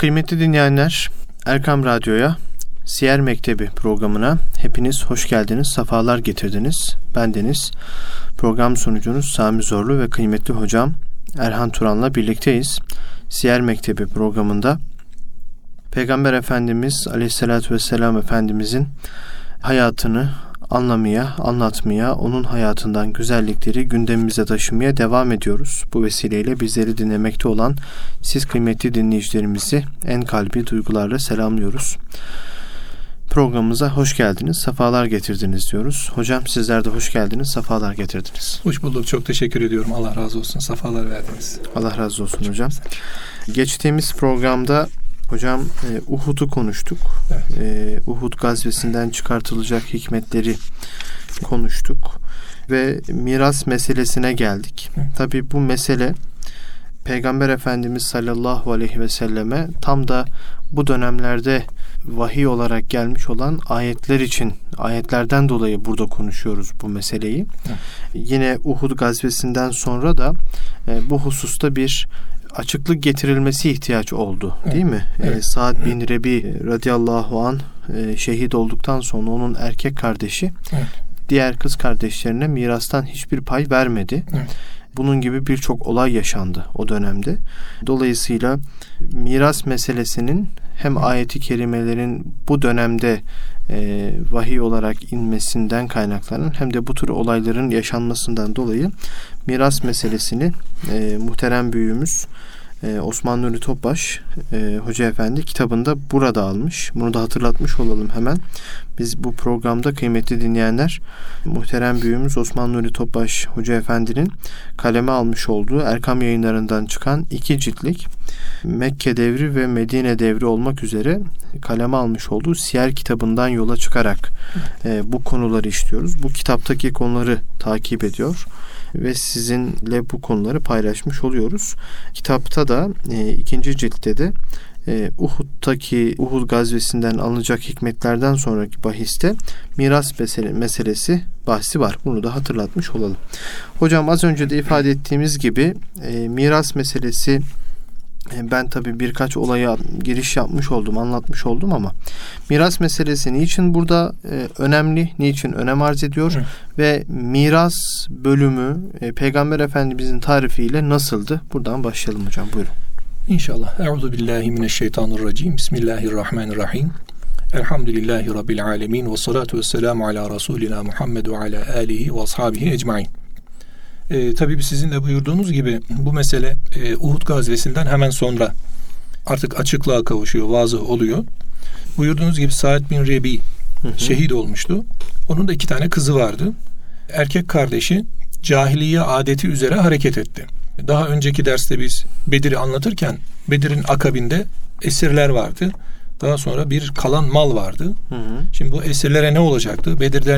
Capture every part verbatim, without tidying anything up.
Kıymetli dinleyenler, Erkam Radyo'ya, Siyer Mektebi programına hepiniz hoş geldiniz, sefalar getirdiniz. Bendeniz program sunucunuz Sami Zorlu ve kıymetli hocam Erhan Turan'la birlikteyiz. Siyer Mektebi programında Peygamber Efendimiz Aleyhisselatü Vesselam Efendimizin hayatını anlamaya, anlatmaya, onun hayatından güzellikleri gündemimize taşımaya devam ediyoruz. Bu vesileyle bizleri dinlemekte olan siz kıymetli dinleyicilerimizi en kalbi duygularla selamlıyoruz. Programımıza hoş geldiniz, sefalar getirdiniz diyoruz. Hocam sizler de hoş geldiniz, sefalar getirdiniz. Hoş bulduk, çok teşekkür ediyorum. Allah razı olsun, sefalar verdiniz. Allah razı olsun hocam. Geçtiğimiz programda hocam e, Uhud'u konuştuk. Evet. E, Uhud gazvesinden çıkartılacak hikmetleri konuştuk ve miras meselesine geldik. Evet. Tabii bu mesele Peygamber Efendimiz sallallahu aleyhi ve selleme tam da bu dönemlerde vahiy olarak gelmiş olan ayetler için, ayetlerden dolayı burada konuşuyoruz bu meseleyi. Evet. Yine Uhud gazvesinden sonra da e, bu hususta bir açıklık getirilmesi ihtiyaç oldu, değil mi? Evet. Ee, Sa'd bin Rebi radıyallahu anh e, şehit olduktan sonra onun erkek kardeşi evet. diğer kız kardeşlerine mirastan hiçbir pay vermedi. Evet. Bunun gibi birçok olay yaşandı o dönemde. Dolayısıyla miras meselesinin hem ayeti kerimelerin bu dönemde e, vahiy olarak inmesinden kaynaklanan hem de bu tür olayların yaşanmasından dolayı miras meselesini e, muhterem büyüğümüz e, Osman Nuri Topbaş e, Hoca Efendi kitabında burada almış. Bunu da hatırlatmış olalım hemen. Biz bu programda kıymetli dinleyenler muhterem büyüğümüz Osman Nuri Topbaş Hoca Efendi'nin kaleme almış olduğu Erkam Yayınlarından çıkan iki ciltlik Mekke devri ve Medine devri olmak üzere kaleme almış olduğu Siyer kitabından yola çıkarak e, bu konuları işliyoruz. Bu kitaptaki konuları takip ediyor ve sizinle bu konuları paylaşmış oluyoruz. Kitapta da e, ikinci ciltte de e, Uhud'daki Uhud gazvesinden alınacak hikmetlerden sonraki bahiste miras mesele, meselesi bahsi var. Bunu da hatırlatmış olalım. Hocam az önce de ifade ettiğimiz gibi e, miras meselesi, ben tabii birkaç olaya giriş yapmış oldum, anlatmış oldum ama miras meselesi niçin burada e, önemli, niçin önem arz ediyor Hı. ve miras bölümü e, Peygamber Efendimizin tarifiyle nasıldı? Buradan başlayalım hocam, buyurun. İnşallah. Euzubillahimineşşeytanirracim. Bismillahirrahmanirrahim. Elhamdülillahi Rabbil alemin ve salatu ve selamu ala Resulina Muhammed ve ala alihi ve ashabihi ecmain. E, tabii sizin de buyurduğunuz gibi bu mesele e, Uhud gazvesinden hemen sonra artık açıklığa kavuşuyor, vazıh oluyor. Buyurduğunuz gibi Sa'd bin Rebi hı hı. şehit olmuştu. Onun da iki tane kızı vardı. Erkek kardeşi cahiliye adeti üzere hareket etti. Daha önceki derste biz Bedir'i anlatırken Bedir'in akabinde esirler vardı. Daha sonra bir kalan mal vardı. Hı hı. Şimdi bu esirlere ne olacaktı? Bedir'de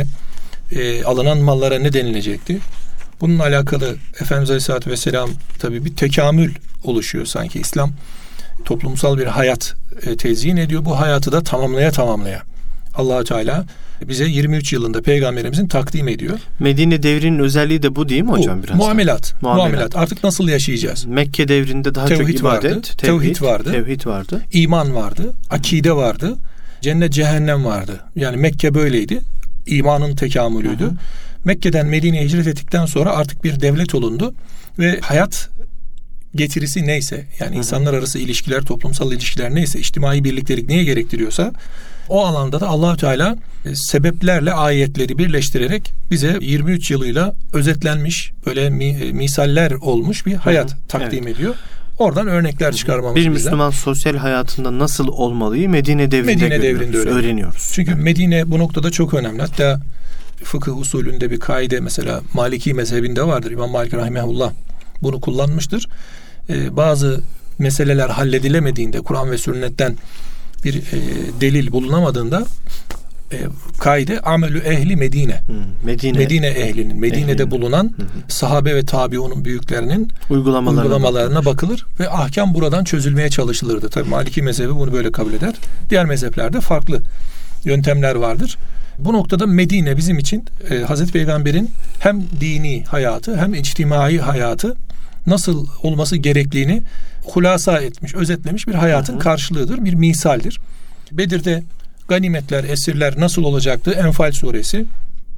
e, alınan mallara ne denilecekti? Bununla alakalı Efendimiz Aleyhisselatü Vesselam tabii bir tekamül oluşuyor sanki. İslam toplumsal bir hayat e, tezyin ediyor. Bu hayatı da tamamlaya tamamlaya Allah-u Teala bize yirmi üç yılında Peygamberimizin takdim ediyor. Medine devrinin özelliği de bu değil mi hocam? Bu, biraz muamelat, muamelat. Muamelat. Artık nasıl yaşayacağız? Mekke devrinde daha tevhid çok ibadet, vardı, tevhid, tevhid vardı. Tevhid vardı. İman vardı, akide vardı. Cennet cehennem vardı. Yani Mekke böyleydi. İmanın tekamülüydü. Hı hı. Mekke'den Medine'ye hicret ettikten sonra artık bir devlet olundu ve hayat getirisi neyse, yani Hı-hı. insanlar arası ilişkiler, toplumsal ilişkiler neyse, içtimai birliktelik neye gerektiriyorsa o alanda da Allah-u Teala e, sebeplerle ayetleri birleştirerek bize yirmi üç yılıyla özetlenmiş, böyle mi, e, misaller olmuş bir hayat Hı-hı. takdim evet. ediyor. Oradan örnekler çıkarmamız Bir Müslüman bizden. Sosyal hayatında nasıl olmalıyı Medine devrinde, Medine devrinde öğreniyoruz. Çünkü evet. Medine bu noktada çok önemli. Hatta fıkıh usulünde bir kaide, mesela Maliki mezhebinde vardır. İmam Malik rahimehullah bunu kullanmıştır. Ee, bazı meseleler halledilemediğinde, Kur'an ve sünnetten bir e, delil bulunamadığında e, kaide amelü ehli Medine. Hmm, Medine. Medine ehlinin, Medine'de ehlinin. bulunan hmm. sahabe ve tabiunun büyüklerinin uygulamalarına, uygulamalarına bakılır ve ahkam buradan çözülmeye çalışılırdı. Tabii Maliki mezhebi bunu böyle kabul eder. Diğer mezheplerde farklı yöntemler vardır. Bu noktada Medine bizim için e, Hazreti Peygamber'in hem dini hayatı hem içtimai hayatı nasıl olması gerektiğini hulasa etmiş, özetlemiş bir hayatın hı hı. karşılığıdır, bir misaldir. Bedir'de ganimetler, esirler nasıl olacaktı? Enfal suresi.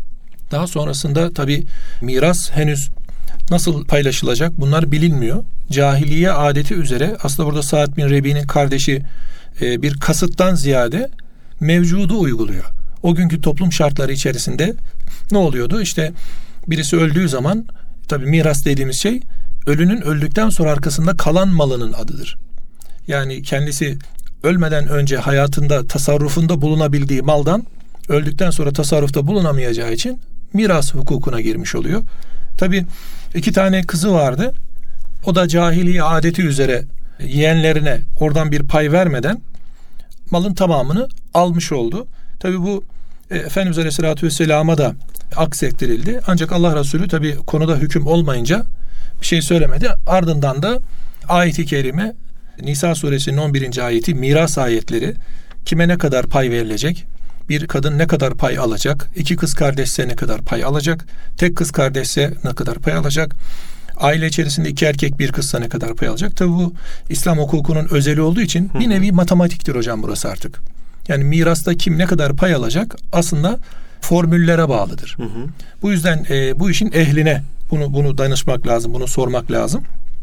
Daha sonrasında tabi miras henüz nasıl paylaşılacak? Bunlar bilinmiyor. Cahiliye adeti üzere aslında burada Sa'd bin Rebi'nin kardeşi e, bir kasıttan ziyade mevcudu uyguluyor. O günkü toplum şartları içerisinde ne oluyordu? İşte birisi öldüğü zaman tabi miras dediğimiz şey ölünün öldükten sonra arkasında kalan malının adıdır. Yani kendisi ölmeden önce hayatında tasarrufunda bulunabildiği maldan öldükten sonra tasarrufta bulunamayacağı için miras hukukuna girmiş oluyor. Tabi iki tane kızı vardı. O da cahiliye adeti üzere yeğenlerine oradan bir pay vermeden malın tamamını almış oldu. Tabi bu e, Efendimiz Aleyhisselatü Vesselam'a da aksettirildi. Ancak Allah Resulü tabi konuda hüküm olmayınca bir şey söylemedi. Ardından da ayet-i kerime Nisa suresinin on birinci ayeti miras ayetleri kime ne kadar pay verilecek? Bir kadın ne kadar pay alacak? İki kız kardeşse ne kadar pay alacak? Tek kız kardeşse ne kadar pay alacak? Aile içerisinde iki erkek bir kızsa ne kadar pay alacak? Tabi bu İslam hukukunun özeli olduğu için bir nevi matematiktir hocam burası artık. Yani mirasta kim ne kadar pay alacak aslında formüllere bağlıdır. Hı hı. Bu yüzden e, bu işin ehline bunu bunu danışmak lazım, bunu sormak lazım.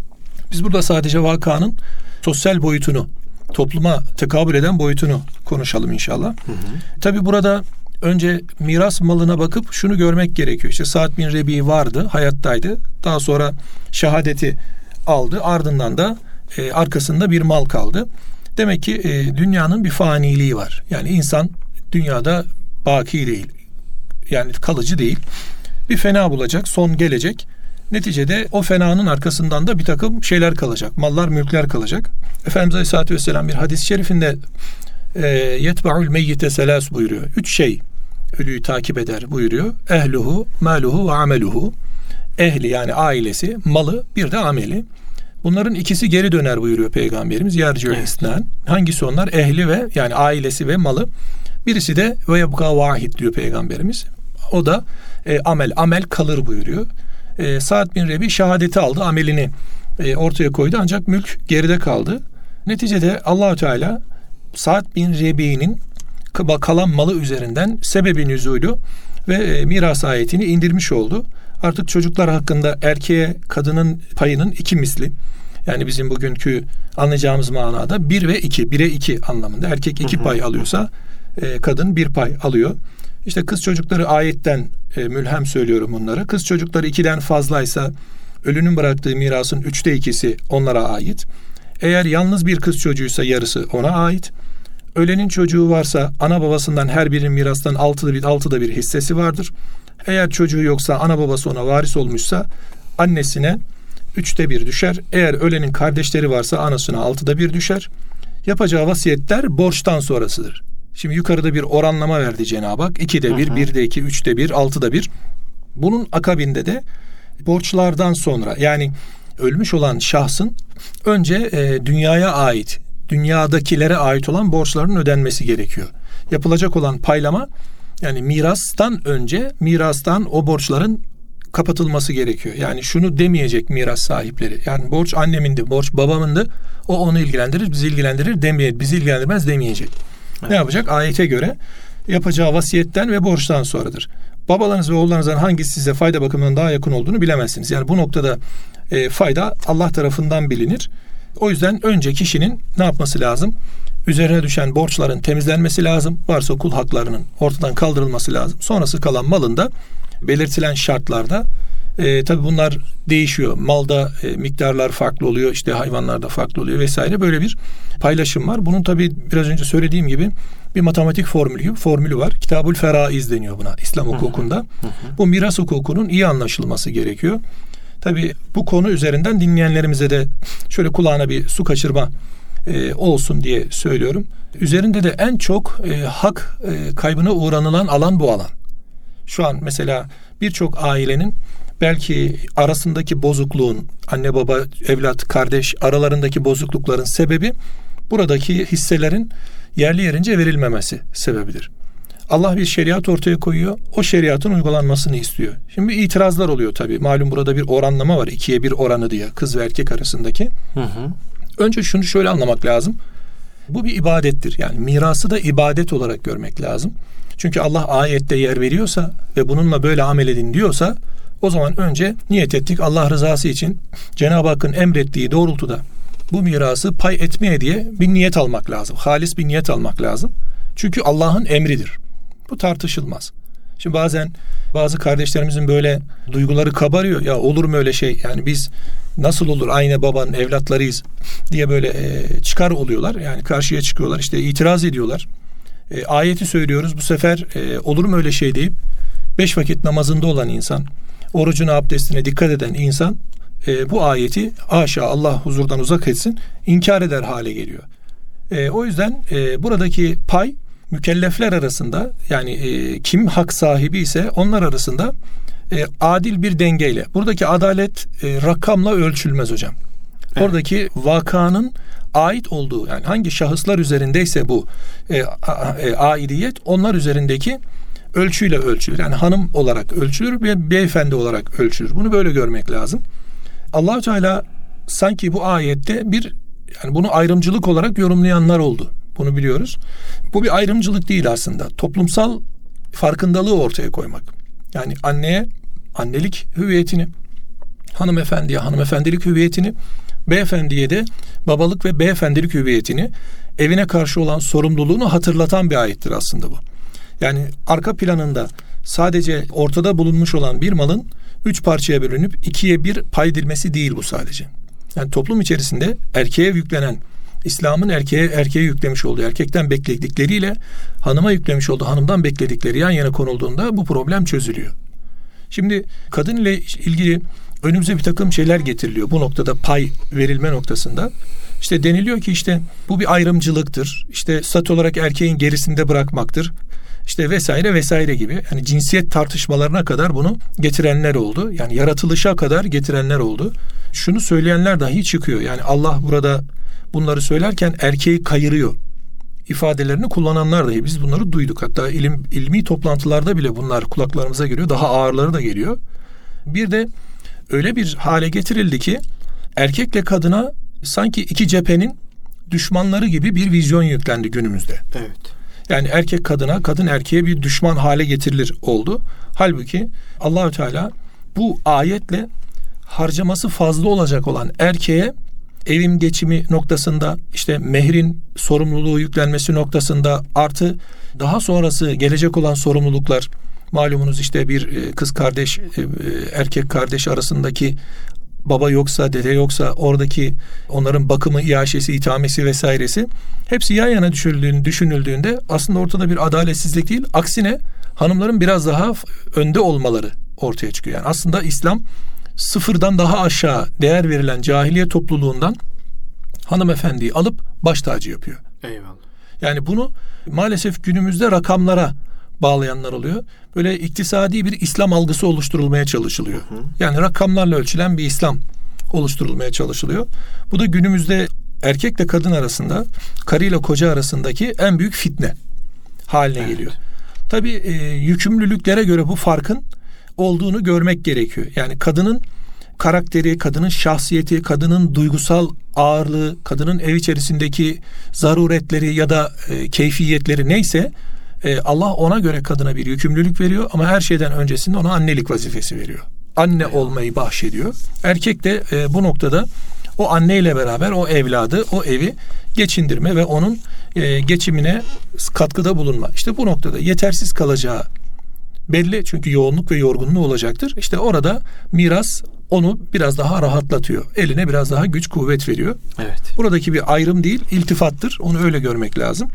Biz burada sadece vakanın sosyal boyutunu, topluma tekabül eden boyutunu konuşalım inşallah. Hı hı. Tabii burada önce miras malına bakıp şunu görmek gerekiyor. İşte Sa'd bin Rebi vardı, hayattaydı. Daha sonra şehadeti aldı. Ardından da e, arkasında bir mal kaldı. Demek ki e, dünyanın bir faniliği var. Yani insan dünyada baki değil. Yani kalıcı değil. Bir fena bulacak, son gelecek. Neticede o fenanın arkasından da bir takım şeyler kalacak. Mallar, mülkler kalacak. Efendimiz Aleyhisselatü Vesselam bir hadis-i şerifinde yetba'ul meyyite selas buyuruyor. Üç şey ölüyü takip eder buyuruyor. Ehluhu, maluhu ve ameluhu. Ehli yani ailesi, malı, bir de ameli. Bunların ikisi geri döner buyuruyor Peygamberimiz. Yerciül isnan. Hangisi onlar? Ehli ve yani ailesi ve malı. Birisi de ve yebka vahid diyor Peygamberimiz. O da e, amel. Amel kalır buyuruyor. E, Sa'd bin Rebi şehadeti aldı. Amelini e, ortaya koydu. Ancak mülk geride kaldı. Neticede Allah-u Teala Sa'd bin Rebi'nin kalan malı üzerinden sebebi nüzulü ve e, miras ayetini indirmiş oldu. Artık çocuklar hakkında erkeğe kadının payının iki misli. Yani bizim bugünkü anlayacağımız manada bir ve iki, bire iki anlamında. Erkek iki pay alıyorsa e, kadın bir pay alıyor. İşte kız çocukları ayetten e, mülhem söylüyorum bunları. Kız çocukları ikiden fazlaysa ölünün bıraktığı mirasın üçte ikisi onlara ait. Eğer yalnız bir kız çocuğuysa yarısı ona ait. Ölenin çocuğu varsa ana babasından her birinin mirastan altıda bir, altıda bir hissesi vardır. Eğer çocuğu yoksa ana babası ona varis olmuşsa annesine üçte bir düşer. Eğer ölenin kardeşleri varsa anasına altıda bir düşer. Yapacağı vasiyetler borçtan sonrasıdır. Şimdi yukarıda bir oranlama verdi Cenab-ı Hak. ikide bir, birde iki, üçte bir, altıda bir. Bunun akabinde de borçlardan sonra yani ölmüş olan şahsın önce e, dünyaya ait, dünyadakilere ait olan borçların ödenmesi gerekiyor. Yapılacak olan paylama yani mirastan önce mirastan o borçların kapatılması gerekiyor. Yani şunu demeyecek miras sahipleri. Yani borç annemindi, borç babamındı. O onu ilgilendirir, bizi ilgilendirir demeye, bizi ilgilendirmez demeyecek. Evet. Ne yapacak? Ayete göre yapacağı vasiyetten ve borçtan sonradır. Babalarınız ve oğullarınızdan hangisi size fayda bakımından daha yakın olduğunu bilemezsiniz. Yani bu noktada e, fayda Allah tarafından bilinir. O yüzden önce kişinin ne yapması lazım? Üzerine düşen borçların temizlenmesi lazım. Varsa kul haklarının ortadan kaldırılması lazım. Sonrası kalan malında belirtilen şartlarda e, tabii bunlar değişiyor. Malda e, miktarlar farklı oluyor. İşte hayvanlarda farklı oluyor vesaire. Böyle bir paylaşım var. Bunun tabii biraz önce söylediğim gibi bir matematik formülü, formülü var. Kitabul Feraiz deniyor buna İslam hukukunda. Hı hı. Bu miras hukukunun iyi anlaşılması gerekiyor. Tabii bu konu üzerinden dinleyenlerimize de şöyle kulağına bir su kaçırma e, olsun diye söylüyorum. Üzerinde de en çok e, hak e, kaybına uğranılan alan bu alan. Şu an mesela birçok ailenin belki arasındaki bozukluğun, anne baba, evlat, kardeş aralarındaki bozuklukların sebebi buradaki hisselerin yerli yerince verilmemesi sebebidir. Allah bir şeriat ortaya koyuyor. O şeriatın uygulanmasını istiyor. Şimdi itirazlar oluyor tabii. Malum burada bir oranlama var. İkiye bir oranı diye. Kız ve erkek arasındaki. Hı hı. Önce şunu şöyle anlamak lazım. Bu bir ibadettir. Yani mirası da ibadet olarak görmek lazım. Çünkü Allah ayette yer veriyorsa ve bununla böyle amel edin diyorsa, o zaman önce niyet ettik Allah rızası için Cenab-ı Hakk'ın emrettiği doğrultuda bu mirası pay etmeye diye bir niyet almak lazım. Halis bir niyet almak lazım. Çünkü Allah'ın emridir. Bu tartışılmaz. Şimdi bazen bazı kardeşlerimizin böyle duyguları kabarıyor. Ya olur mu öyle şey? Yani biz nasıl olur aynı babanın evlatlarıyız diye böyle e, çıkar oluyorlar. Yani karşıya çıkıyorlar, işte itiraz ediyorlar. E, ayeti söylüyoruz, bu sefer e, olur mu öyle şey deyip beş vakit namazında olan insan, orucuna, abdestine dikkat eden insan e, bu ayeti haşa Allah huzurdan uzak etsin inkar eder hale geliyor. E, o yüzden e, buradaki pay mükellefler arasında, yani e, kim hak sahibi ise onlar arasında e, adil bir dengeyle. Buradaki adalet e, rakamla ölçülmez hocam. Evet. Oradaki vakanın ait olduğu, yani hangi şahıslar üzerindeyse bu e, a, e, aidiyet, onlar üzerindeki ölçüyle ölçülür. Yani hanım olarak ölçülür ve beyefendi olarak ölçülür. Bunu böyle görmek lazım. Allah-u Teala sanki bu ayette bir, yani bunu ayrımcılık olarak yorumlayanlar oldu. Bunu biliyoruz. Bu bir ayrımcılık değil aslında. Toplumsal farkındalığı ortaya koymak. Yani anneye annelik hüviyetini, hanımefendiye hanımefendilik hüviyetini, beyefendiye de babalık ve beyefendilik hüviyetini, evine karşı olan sorumluluğunu hatırlatan bir ayettir aslında bu. Yani arka planında sadece ortada bulunmuş olan bir malın üç parçaya bölünüp ikiye bir pay edilmesi değil bu sadece. Yani toplum içerisinde erkeğe yüklenen, İslam'ın erkeğe erkeğe yüklemiş olduğu erkekten bekledikleriyle hanıma yüklemiş olduğu hanımdan bekledikleri yan yana konulduğunda bu problem çözülüyor. Şimdi kadın ile ilgili önümüze bir takım şeyler getiriliyor bu noktada, pay verilme noktasında. İşte deniliyor ki işte bu bir ayrımcılıktır. İşte statü olarak erkeğin gerisinde bırakmaktır. İşte vesaire vesaire gibi. Yani cinsiyet tartışmalarına kadar bunu getirenler oldu. Yani yaratılışa kadar getirenler oldu. Şunu söyleyenler dahi çıkıyor. Yani Allah burada bunları söylerken erkeği kayırıyor ifadelerini kullananlar dahi, biz bunları duyduk. Hatta ilim, ilmi toplantılarda bile bunlar kulaklarımıza geliyor. Daha ağırları da geliyor. Bir de öyle bir hale getirildi ki erkekle kadına sanki iki cephenin düşmanları gibi bir vizyon yüklendi günümüzde. Evet. Yani erkek kadına, kadın erkeğe bir düşman hale getirilir oldu. Halbuki Allahü Teala bu ayetle harcaması fazla olacak olan erkeğe evin geçimi noktasında, işte mehrin sorumluluğu yüklenmesi noktasında, artı daha sonrası gelecek olan sorumluluklar, malumunuz işte bir kız kardeş, erkek kardeş arasındaki baba yoksa, dede yoksa oradaki onların bakımı, iaşesi, itamesi vesairesi, hepsi yan yana düşünüldüğünde, düşünüldüğünde aslında ortada bir adaletsizlik değil, aksine hanımların biraz daha önde olmaları ortaya çıkıyor. Yani aslında İslam sıfırdan daha aşağı değer verilen cahiliye topluluğundan hanımefendiyi alıp baş tacı yapıyor. Eyvallah. Yani bunu maalesef günümüzde rakamlara bağlayanlar oluyor. Böyle iktisadi bir İslam algısı oluşturulmaya çalışılıyor. Hı hı. Yani rakamlarla ölçülen bir İslam oluşturulmaya çalışılıyor. Bu da günümüzde erkekle kadın arasında, karıyla koca arasındaki en büyük fitne haline evet. geliyor. Tabii e, yükümlülüklere göre bu farkın olduğunu görmek gerekiyor. Yani kadının karakteri, kadının şahsiyeti, kadının duygusal ağırlığı, kadının ev içerisindeki zaruretleri ya da e, keyfiyetleri neyse, e, Allah ona göre kadına bir yükümlülük veriyor ama her şeyden öncesinde ona annelik vazifesi veriyor. Anne olmayı bahşediyor. Erkek de e, bu noktada o anneyle beraber o evladı, o evi geçindirme ve onun e, geçimine katkıda bulunma. İşte bu noktada yetersiz kalacağı belli, çünkü yoğunluk ve yorgunluğu olacaktır. İşte orada miras onu biraz daha rahatlatıyor. Eline biraz daha güç, kuvvet veriyor. Evet. Buradaki bir ayrım değil, iltifattır. Onu öyle görmek lazım.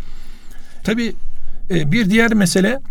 Tabii bir diğer mesele,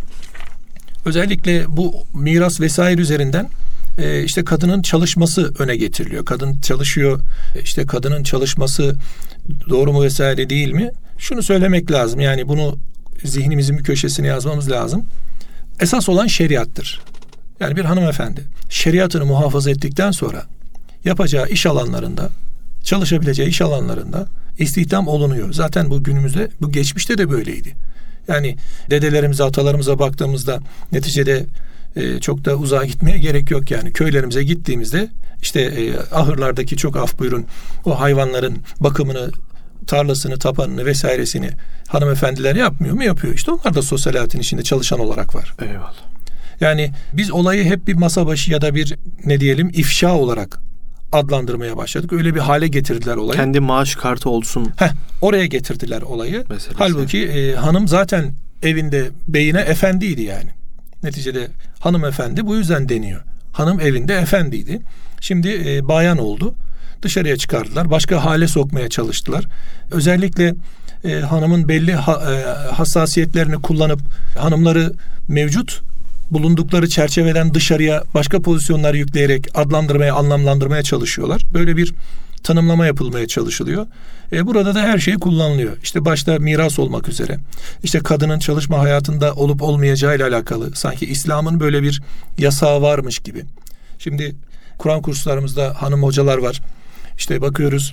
özellikle bu miras vesaire üzerinden işte kadının çalışması öne getiriliyor. Kadın çalışıyor, işte kadının çalışması doğru mu vesaire değil mi? Şunu söylemek lazım. Yani bunu zihnimizin bir köşesine yazmamız lazım. Esas olan şeriattır. Yani bir hanımefendi şeriatını muhafaza ettikten sonra yapacağı iş alanlarında, çalışabileceği iş alanlarında istihdam olunuyor. Zaten bu günümüzde, bu geçmişte de böyleydi. Yani dedelerimize, atalarımıza baktığımızda neticede e, çok da uzağa gitmeye gerek yok yani. Köylerimize gittiğimizde işte e, ahırlardaki, çok af buyurun, o hayvanların bakımını, tarlasını, tapanını vesairesini hanımefendiler yapmıyor mu? Yapıyor. İşte onlar da sosyal hayatın içinde çalışan olarak var. Eyvallah. Yani biz olayı hep bir masa başı ya da bir ne diyelim ifşa olarak adlandırmaya başladık. Öyle bir hale getirdiler olayı. Kendi maaş kartı olsun. Heh, oraya getirdiler olayı. Meselesi. Halbuki e, hanım zaten evinde beyine efendiydi yani. Neticede hanımefendi bu yüzden deniyor. Hanım evinde efendiydi. Şimdi e, bayan oldu. Dışarıya çıkardılar. Başka hale sokmaya çalıştılar. Özellikle e, hanımın belli ha, e, hassasiyetlerini kullanıp hanımları mevcut bulundukları çerçeveden dışarıya başka pozisyonlar yükleyerek adlandırmaya, anlamlandırmaya çalışıyorlar. Böyle bir tanımlama yapılmaya çalışılıyor. E, burada da her şey kullanılıyor. İşte başta miras olmak üzere. İşte kadının çalışma hayatında olup olmayacağı ile alakalı. Sanki İslam'ın böyle bir yasağı varmış gibi. Şimdi Kur'an kurslarımızda hanım hocalar var. İşte bakıyoruz.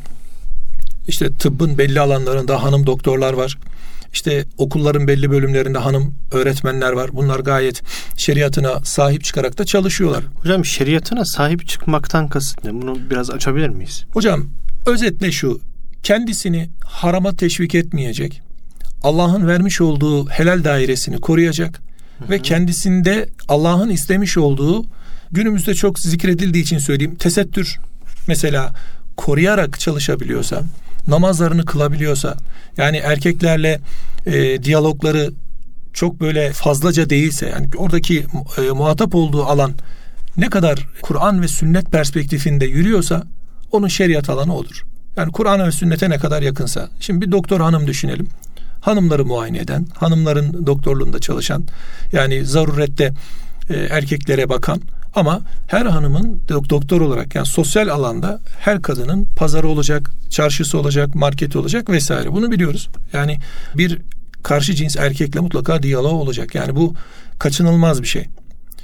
İşte tıbbın belli alanlarında hanım doktorlar var. İşte okulların belli bölümlerinde hanım öğretmenler var. Bunlar gayet şeriatına sahip çıkarak da çalışıyorlar. Hocam şeriatına sahip çıkmaktan kasıt ne? Bunu biraz açabilir miyiz? Hocam özetle şu: kendisini harama teşvik etmeyecek, Allah'ın vermiş olduğu helal dairesini koruyacak hı hı. ve kendisinde Allah'ın istemiş olduğu, günümüzde çok zikredildiği için söyleyeyim, tesettür mesela koruyarak çalışabiliyorsa, namazlarını kılabiliyorsa, yani erkeklerle e, diyalogları çok böyle fazlaca değilse, yani oradaki e, muhatap olduğu alan ne kadar Kur'an ve sünnet perspektifinde yürüyorsa onun şeriat alanı odur. Yani Kur'an'a ve sünnete ne kadar yakınsa. Şimdi bir doktor hanım düşünelim. Hanımları muayene eden, hanımların doktorluğunda çalışan, yani zarurette e, erkeklere bakan, ama her hanımın doktor olarak, yani sosyal alanda her kadının pazarı olacak, çarşısı olacak, marketi olacak vesaire. Bunu biliyoruz. Yani bir karşı cins erkekle mutlaka diyalog olacak. Yani bu kaçınılmaz bir şey.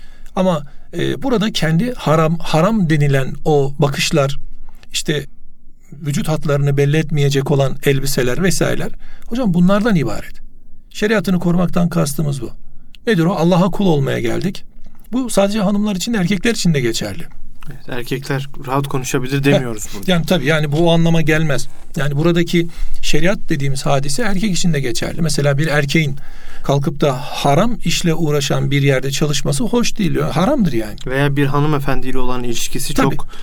Ama e, burada kendi haram haram denilen o bakışlar, işte vücut hatlarını belli etmeyecek olan elbiseler vesaireler, hocam bunlardan ibaret. Şeriatını korumaktan kastımız bu. Nedir o? Allah'a kul olmaya geldik. Bu sadece hanımlar için, erkekler için de geçerli. Evet, erkekler rahat konuşabilir demiyoruz Heh, burada. Yani tabii, yani bu o anlama gelmez. Yani buradaki şeriat dediğimiz hadise erkek için de geçerli. Mesela bir erkeğin kalkıp da haram işle uğraşan bir yerde çalışması hoş değil. Haramdır yani. Veya bir hanımefendiyle olan ilişkisi tabii çok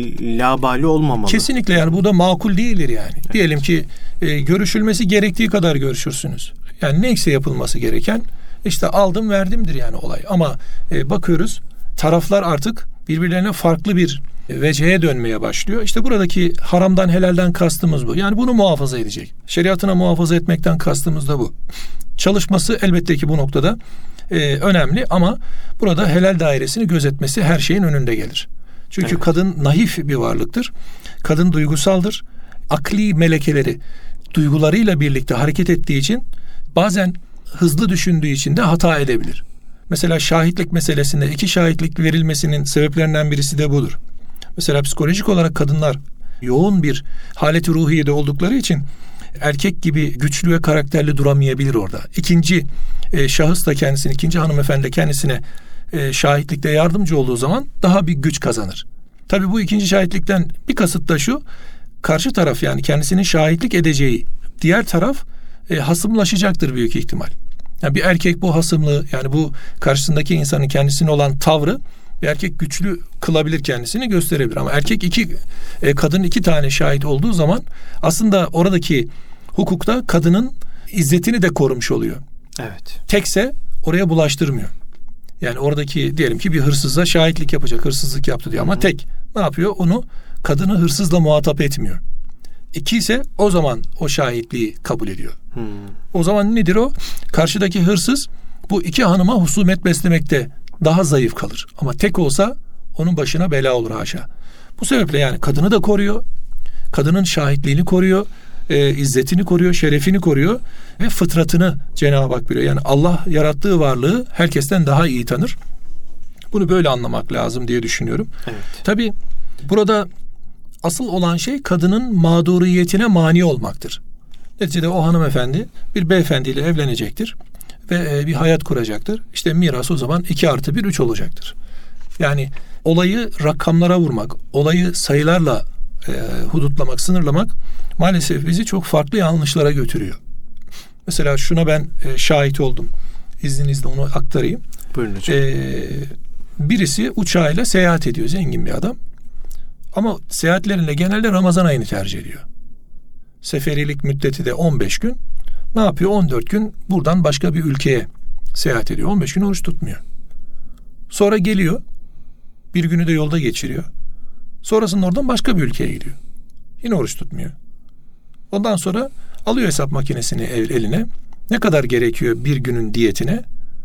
labali olmamalı. Kesinlikle, yani bu da makul değildir yani. Evet. Diyelim ki e, görüşülmesi gerektiği kadar görüşürsünüz. Yani neyse yapılması gereken, İşte aldım verdimdir yani olay. Ama e, bakıyoruz taraflar artık birbirlerine farklı bir veciheye dönmeye başlıyor. İşte buradaki haramdan helalden kastımız bu. Yani bunu muhafaza edecek. Şeriatına muhafaza etmekten kastımız da bu. Çalışması elbette ki bu noktada e, önemli, ama burada helal dairesini gözetmesi her şeyin önünde gelir. Çünkü evet. kadın naif bir varlıktır. Kadın duygusaldır. Akli melekeleri duygularıyla birlikte hareket ettiği için bazen hızlı düşündüğü için de hata edebilir. Mesela şahitlik meselesinde iki şahitlik verilmesinin sebeplerinden birisi de budur. Mesela psikolojik olarak kadınlar yoğun bir haleti ruhiyede oldukları için erkek gibi güçlü ve karakterli duramayabilir orada. İkinci e, şahıs da kendisine, ikinci hanımefendi de kendisine e, şahitlikte yardımcı olduğu zaman daha bir güç kazanır. Tabii bu ikinci şahitlikten bir kasıt da şu: karşı taraf, yani kendisinin şahitlik edeceği diğer taraf e, hasımlaşacaktır büyük ihtimal. Yani bir erkek bu hasımlığı, yani bu karşısındaki insanın kendisine olan tavrı, bir erkek güçlü kılabilir, kendisini gösterebilir. Ama erkek iki, e, kadın iki tane şahit olduğu zaman aslında oradaki hukukta kadının izzetini de korumuş oluyor. Evet. Tekse oraya bulaştırmıyor. Yani oradaki diyelim ki bir hırsıza şahitlik yapacak, hırsızlık yaptı diyor, ama tek ne yapıyor? Onu, kadını hırsızla muhatap etmiyor. İki ise o zaman o şahitliği kabul ediyor. Hmm. O zaman nedir o? Karşıdaki hırsız bu iki hanıma husumet beslemekte daha zayıf kalır. Ama tek olsa onun başına bela olur haşa. Bu sebeple yani kadını da koruyor. Kadının şahitliğini koruyor. E, izzetini koruyor, şerefini koruyor. Ve fıtratını Cenab-ı Hak biliyor. Yani Allah yarattığı varlığı herkesten daha iyi tanır. Bunu böyle anlamak lazım diye düşünüyorum. Evet. Tabii burada asıl olan şey kadının mağduriyetine mani olmaktır. Neticede o hanımefendi bir beyefendiyle evlenecektir. ve bir hayat kuracaktır. İşte miras o zaman iki artı bir üç olacaktır. Yani olayı rakamlara vurmak, olayı sayılarla e, hudutlamak, sınırlamak maalesef bizi çok farklı yanlışlara götürüyor. Mesela şuna ben e, şahit oldum. İzninizle onu aktarayım. Buyurun hocam. Ee, birisi uçağıyla seyahat ediyor, zengin bir adam. Ama seyahatlerinde genelde Ramazan ayını tercih ediyor. Seferilik müddeti de on beş gün. Ne yapıyor? on dört gün buradan başka bir ülkeye seyahat ediyor. on beş gün oruç tutmuyor. Sonra geliyor. Bir günü de yolda geçiriyor. Sonrasında oradan başka bir ülkeye gidiyor. Yine oruç tutmuyor. Ondan sonra alıyor hesap makinesini eline. Ne kadar gerekiyor bir günün diyetine?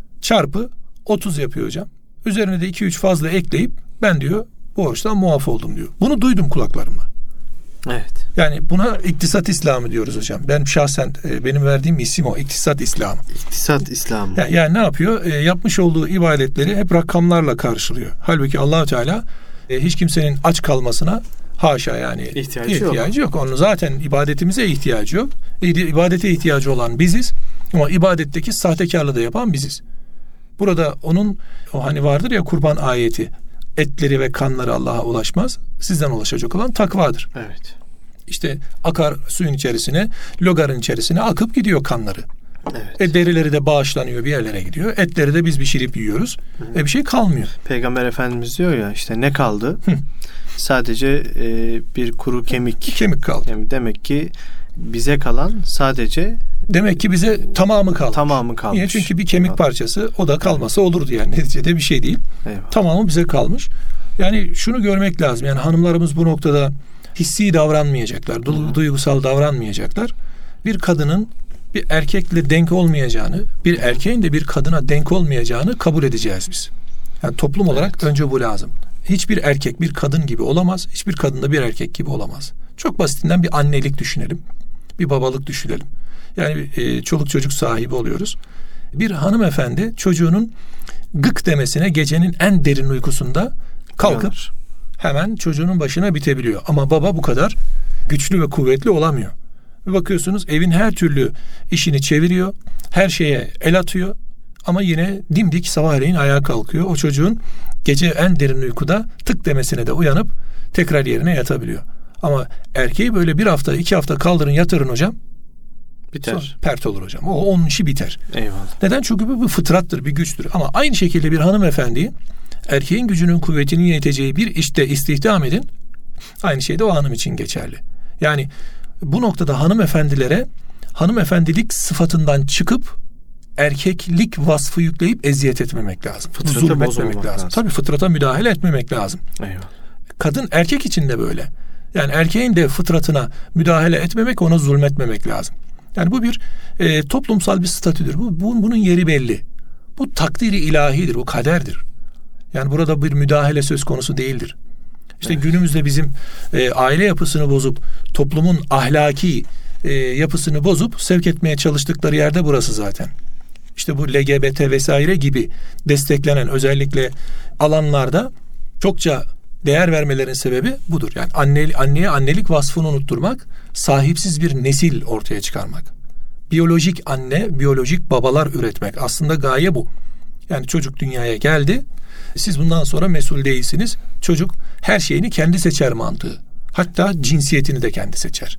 Çarpı otuz yapıyor hocam. Üzerine de iki üç fazla ekleyip ben diyor bu oruçtan muaf oldum diyor. Bunu duydum kulaklarımla. Evet. Yani buna iktisat İslamı diyoruz hocam. Ben şahsen benim verdiğim isim o, iktisat İslamı. İktisat İslamı. Yani, yani ne yapıyor? E, yapmış olduğu ibadetleri hep rakamlarla karşılıyor. Halbuki Allah-u Teala e, hiç kimsenin aç kalmasına haşa yani ihtiyacı, ihtiyacı yok. yok. Onun zaten ibadetimize ihtiyacı yok. İbadete ihtiyacı olan biziz. Ama ibadetteki sahtekarlığı da yapan biziz. Burada onun o hani vardır ya kurban ayeti. Etleri ve kanları Allah'a ulaşmaz. Sizden ulaşacak olan takvadır. Evet. İşte akar suyun içerisine, logarın içerisine akıp gidiyor kanları. Evet. E derileri de bağışlanıyor, bir yerlere gidiyor. Etleri de biz pişirip yiyoruz. Hı. E bir şey kalmıyor. Peygamber Efendimiz diyor ya işte ne kaldı? Hı. Sadece e, bir kuru kemik. Kemik kaldı. Yani demek ki bize kalan sadece demek ki bize tamamı kaldı. Tamamı kalmış. Niye? Çünkü bir kemik parçası o da kalmasa olurdu yani. Neticede bir şey değil. Eyvallah. Tamamı bize kalmış. Yani şunu görmek lazım. Yani hanımlarımız bu noktada hissi davranmayacaklar. Du- duygusal davranmayacaklar. Bir kadının bir erkekle denk olmayacağını, bir erkeğin de bir kadına denk olmayacağını kabul edeceğiz biz. Yani toplum olarak evet. Önce bu lazım. Hiçbir erkek bir kadın gibi olamaz. Hiçbir kadın da bir erkek gibi olamaz. Çok basitinden bir annelik düşünelim. Bir babalık düşünelim. Yani e, çoluk çocuk sahibi oluyoruz. Bir hanımefendi çocuğunun gık demesine gecenin en derin uykusunda kalkıp Yanır. hemen çocuğunun başına bitebiliyor. Ama baba bu kadar güçlü ve kuvvetli olamıyor. Ve bakıyorsunuz evin her türlü işini çeviriyor. Her şeye el atıyor. Ama yine dimdik sabahleyin ayağa kalkıyor. O çocuğun gece en derin uykuda tık demesine de uyanıp tekrar yerine yatabiliyor. Ama erkeği böyle bir hafta iki hafta kaldırın yatırın hocam. Biter. Sonra pert olur hocam. O onun işi biter. Eyvallah. Neden? Çünkü bu bir fıtrattır, bir güçtür. Ama aynı şekilde bir hanımefendiyi erkeğin gücünün kuvvetinin yeteceği bir işte istihdam edin. Aynı şey de o hanım için geçerli. Yani bu noktada hanımefendilere hanımefendilik sıfatından çıkıp erkeklik vasfı yükleyip eziyet etmemek lazım. Fıtratı zulmetmemek lazım. lazım. Tabii fıtrata müdahale etmemek lazım. Eyvallah. Kadın erkek için de böyle. Yani erkeğin de fıtratına müdahale etmemek, ona zulmetmemek lazım. Yani bu bir e, toplumsal bir statüdür. Bu, bu bunun yeri belli. Bu takdiri ilahidir, bu kaderdir. Yani burada bir müdahale söz konusu değildir. İşte evet. Günümüzde bizim e, aile yapısını bozup toplumun ahlaki e, yapısını bozup sevk etmeye çalıştıkları yerde burası zaten. İşte bu L G B T vesaire gibi desteklenen özellikle alanlarda çokça değer vermelerin sebebi budur. Yani anne, anneye annelik vasfını unutturmak, sahipsiz bir nesil ortaya çıkarmak. Biyolojik anne, biyolojik babalar üretmek. Aslında gaye bu. Yani çocuk dünyaya geldi. Siz bundan sonra mesul değilsiniz. Çocuk her şeyini kendi seçer mantığı. Hatta cinsiyetini de kendi seçer.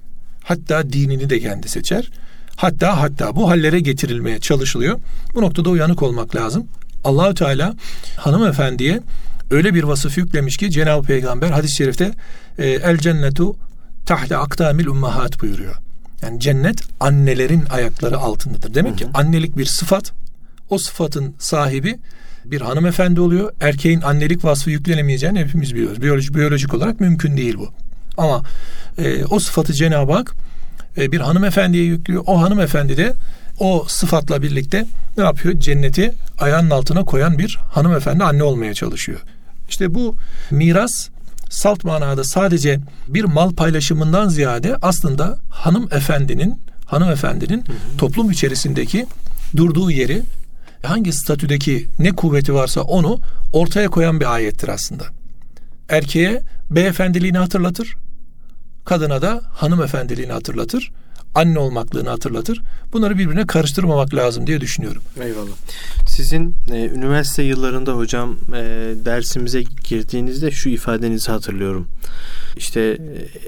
Hatta dinini de kendi seçer. Hatta hatta bu hallere getirilmeye çalışılıyor. Bu noktada uyanık olmak lazım. Allah-u Teala hanımefendiye öyle bir vasıf yüklemiş ki Cenab-ı Peygamber hadis-i şerifte el cennetu tahte akdamil ummahat buyuruyor. Yani cennet annelerin ayakları altındadır. Demek hı hı. ki annelik bir sıfat. O sıfatın sahibi bir hanımefendi oluyor. Erkeğin annelik vasfı yüklenemeyeceğini hepimiz biliyoruz. Biyolojik, biyolojik olarak mümkün değil bu. Ama e, o sıfatı Cenab-ı Hak e, bir hanımefendiye yüklüyor. O hanımefendi de o sıfatla birlikte ne yapıyor? Cenneti ayağının altına koyan bir hanımefendi anne olmaya çalışıyor. İşte bu miras salt manada sadece bir mal paylaşımından ziyade aslında hanımefendinin hanımefendinin hı hı. toplum içerisindeki durduğu yeri, hangi statüdeki ne kuvveti varsa onu ortaya koyan bir ayettir aslında. Erkeğe beyefendiliğini hatırlatır, kadına da hanımefendiliğini hatırlatır. anne olmaklığını hatırlatır. Bunları birbirine karıştırmamak lazım diye düşünüyorum. Eyvallah. Sizin e, üniversite yıllarında hocam e, dersimize girdiğinizde şu ifadenizi hatırlıyorum. İşte e,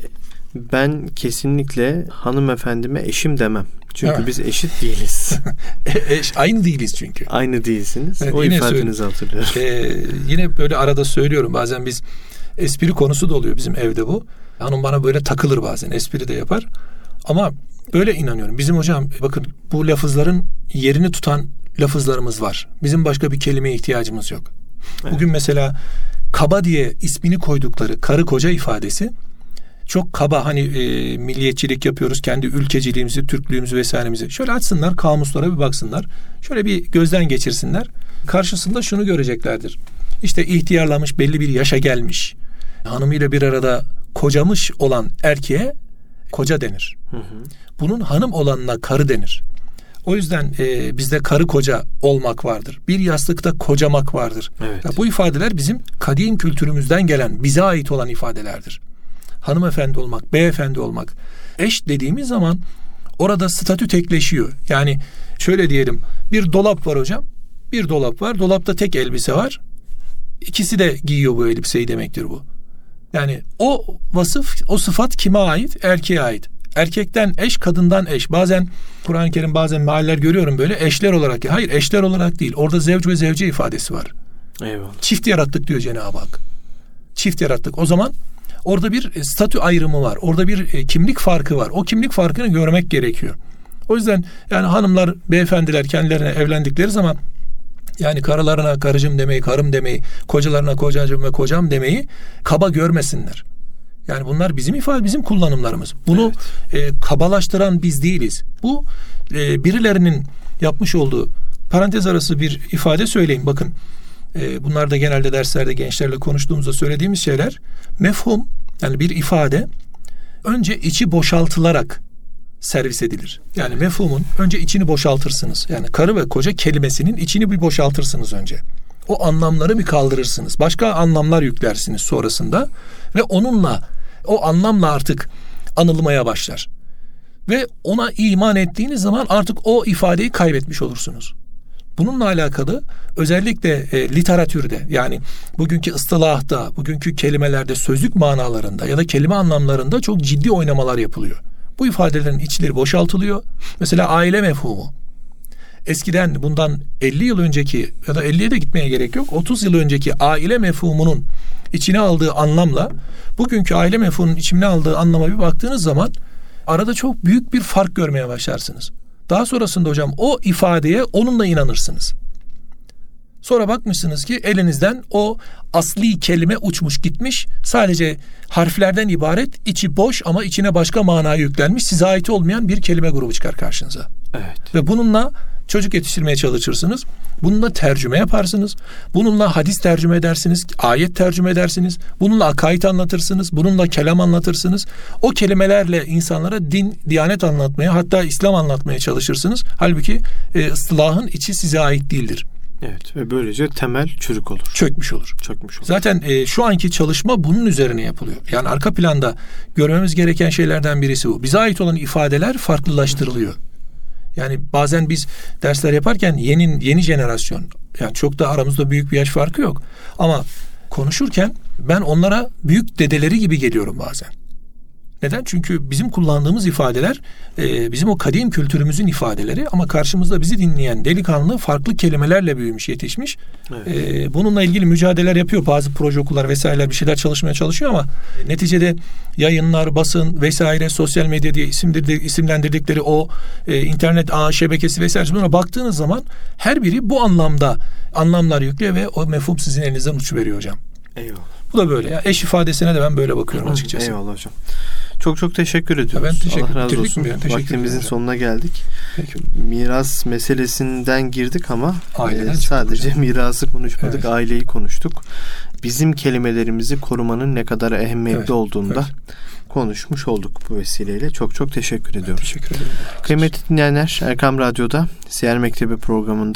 ben kesinlikle hanımefendime eşim demem. Çünkü evet. biz eşit değiliz. Eş, aynı değiliz çünkü. Aynı değilsiniz. Evet, o ifadenizi hatırlıyorum. Ee, yine böyle arada söylüyorum. Bazen biz espri konusu da oluyor bizim evde bu. Hanım bana böyle takılır bazen. Espri de yapar. Ama böyle inanıyorum. Bizim hocam bakın bu lafızların yerini tutan lafızlarımız var. Bizim başka bir kelimeye ihtiyacımız yok. Evet. Bugün mesela kaba diye ismini koydukları karı koca ifadesi çok kaba, hani e, milliyetçilik yapıyoruz, kendi ülkeciliğimizi, Türklüğümüzü vesairemizi. Şöyle açsınlar, kamuslara bir baksınlar. Şöyle bir gözden geçirsinler. Karşısında şunu göreceklerdir. İşte ihtiyarlamış, belli bir yaşa gelmiş, hanımıyla bir arada kocamış olan erkeğe koca denir. Hı hı. Bunun hanım olanına karı denir. O yüzden e, bizde karı koca olmak vardır. Bir yastıkta kocamak vardır. Evet. Ya bu ifadeler bizim kadim kültürümüzden gelen, bize ait olan ifadelerdir. Hanımefendi olmak, beyefendi olmak. Eş dediğimiz zaman orada statü tekleşiyor. Yani şöyle diyelim, bir dolap var hocam. Bir dolap var. Dolapta tek elbise var. İkisi de giyiyor bu elbiseyi demektir bu. Yani o vasıf, o sıfat kime ait? Erkeğe ait. Erkekten eş, kadından eş. Bazen Kur'an-ı Kerim, bazen mealler görüyorum böyle eşler olarak. Hayır, eşler olarak değil. Orada zevc ve zevce ifadesi var. Eyvallah. Çift yarattık diyor Cenab-ı Hak. Çift yarattık. O zaman orada bir statü ayrımı var. Orada bir kimlik farkı var. O kimlik farkını görmek gerekiyor. O yüzden yani hanımlar, beyefendiler kendilerine evlendikleri zaman yani karılarına karıcığım demeyi, karım demeyi, kocalarına kocacığım ve kocam demeyi kaba görmesinler. Yani bunlar bizim ifade, bizim kullanımlarımız. Bunu evet. e, kabalaştıran biz değiliz. Bu e, birilerinin yapmış olduğu, parantez arası bir ifade söyleyeyim. Bakın e, bunlar da genelde derslerde gençlerle konuştuğumuzda söylediğimiz şeyler. Mefhum, yani bir ifade önce içi boşaltılarak servis edilir. Yani mefhumun önce içini boşaltırsınız. Yani karı ve koca kelimesinin içini bir boşaltırsınız önce. O anlamları bir kaldırırsınız. Başka anlamlar yüklersiniz sonrasında ve onunla, o anlamla artık anılmaya başlar. Ve ona iman ettiğiniz zaman artık o ifadeyi kaybetmiş olursunuz. Bununla alakalı özellikle e, literatürde, yani bugünkü ıstılahta, bugünkü kelimelerde, sözlük manalarında ya da kelime anlamlarında çok ciddi oynamalar yapılıyor. Bu ifadelerin içleri boşaltılıyor. Mesela aile mefhumu. Eskiden bundan elli yıl önceki ya da elliye de gitmeye gerek yok. otuz yıl önceki aile mefhumunun içine aldığı anlamla bugünkü aile mefhumunun içine aldığı anlama bir baktığınız zaman arada çok büyük bir fark görmeye başlarsınız. Daha sonrasında hocam o ifadeye onunla inanırsınız. Sonra bakmışsınız ki elinizden o asli kelime uçmuş gitmiş. Sadece harflerden ibaret, içi boş ama içine başka mana yüklenmiş, size ait olmayan bir kelime grubu çıkar karşınıza. Evet. Ve bununla çocuk yetiştirmeye çalışırsınız. Bununla tercüme yaparsınız. Bununla hadis tercüme edersiniz. Ayet tercüme edersiniz. Bununla akaid anlatırsınız. Bununla kelam anlatırsınız. O kelimelerle insanlara din, diyanet anlatmaya, hatta İslam anlatmaya çalışırsınız. Halbuki e, ıstılahın içi size ait değildir. Evet, ve böylece temel çürük olur. Çökmüş olur. Çökmüş olur. Zaten e, şu anki çalışma bunun üzerine yapılıyor. Yani arka planda görmemiz gereken şeylerden birisi bu. Bize ait olan ifadeler farklılaştırılıyor. Yani bazen biz dersler yaparken yeni yeni jenerasyon, yani çok da aramızda büyük bir yaş farkı yok. Ama konuşurken ben onlara büyük dedeleri gibi geliyorum bazen. Neden? Çünkü bizim kullandığımız ifadeler e, bizim o kadim kültürümüzün ifadeleri ama karşımızda bizi dinleyen delikanlı farklı kelimelerle büyümüş, yetişmiş. Evet. E, bununla ilgili mücadeleler yapıyor. Bazı proje okullar vesaireler bir şeyler çalışmaya çalışıyor ama neticede yayınlar, basın vesaire, sosyal medya diye isimlendirdikleri o e, internet ağ şebekesi vesaire, buna baktığınız zaman her biri bu anlamda anlamlar yüklüyor ve o mefhum sizin elinizden uçuveriyor hocam. Eyvallah. Bu da böyle. Ya. Eş ifadesine de ben böyle bakıyorum açıkçası. Eyvallah hocam. Çok çok teşekkür ediyoruz. Ben teşekkür, Allah razı olsun. Teşekkür Vaktimizin ederim. sonuna geldik. Peki. Miras meselesinden girdik ama e, sadece hocam. mirası konuşmadık. Evet. Aileyi konuştuk. Bizim kelimelerimizi korumanın ne kadar ehemmiyetli evet. olduğunu da evet. konuşmuş olduk bu vesileyle. Çok çok teşekkür ediyoruz. Teşekkür ederim. Kıymetli dinleyenler, Erkam Radyo'da Siyer Mektebi programında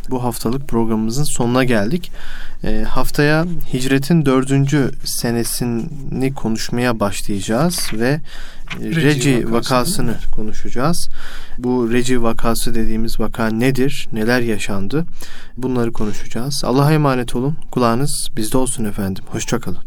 bu haftalık programımızın sonuna geldik. E, haftaya hicretin dördüncü senesini konuşmaya başlayacağız ve Reci, Reci vakasını konuşacağız. Bu Reci vakası dediğimiz vaka nedir? Neler yaşandı? Bunları konuşacağız. Allah'a emanet olun. Kulağınız bizde olsun efendim. Hoşça kalın.